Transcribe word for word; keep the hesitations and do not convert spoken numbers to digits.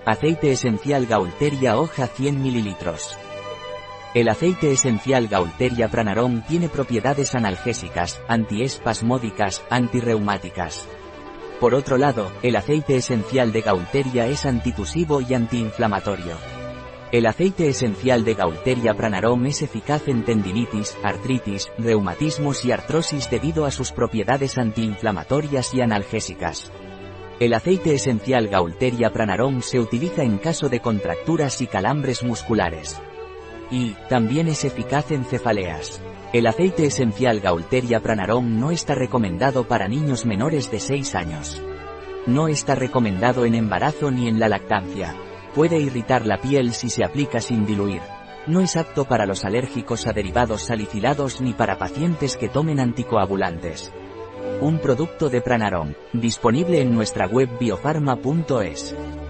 Aceite esencial Gaulteria hoja cien mililitros. El aceite esencial Gaulteria Pranarom tiene propiedades analgésicas, antiespasmódicas, antirreumáticas. Por otro lado, el aceite esencial de Gaulteria es antitusivo y antiinflamatorio. El aceite esencial de Gaulteria Pranarom es eficaz en tendinitis, artritis, reumatismos y artrosis debido a sus propiedades antiinflamatorias y analgésicas. El aceite esencial Gaulteria Pranarom se utiliza en caso de contracturas y calambres musculares. Y, también es eficaz en cefaleas. El aceite esencial Gaulteria Pranarom no está recomendado para niños menores de seis años. No está recomendado en embarazo ni en la lactancia. Puede irritar la piel si se aplica sin diluir. No es apto para los alérgicos a derivados salicilados ni para pacientes que tomen anticoagulantes. Un producto de Pranarom, disponible en nuestra web biofarma punto es.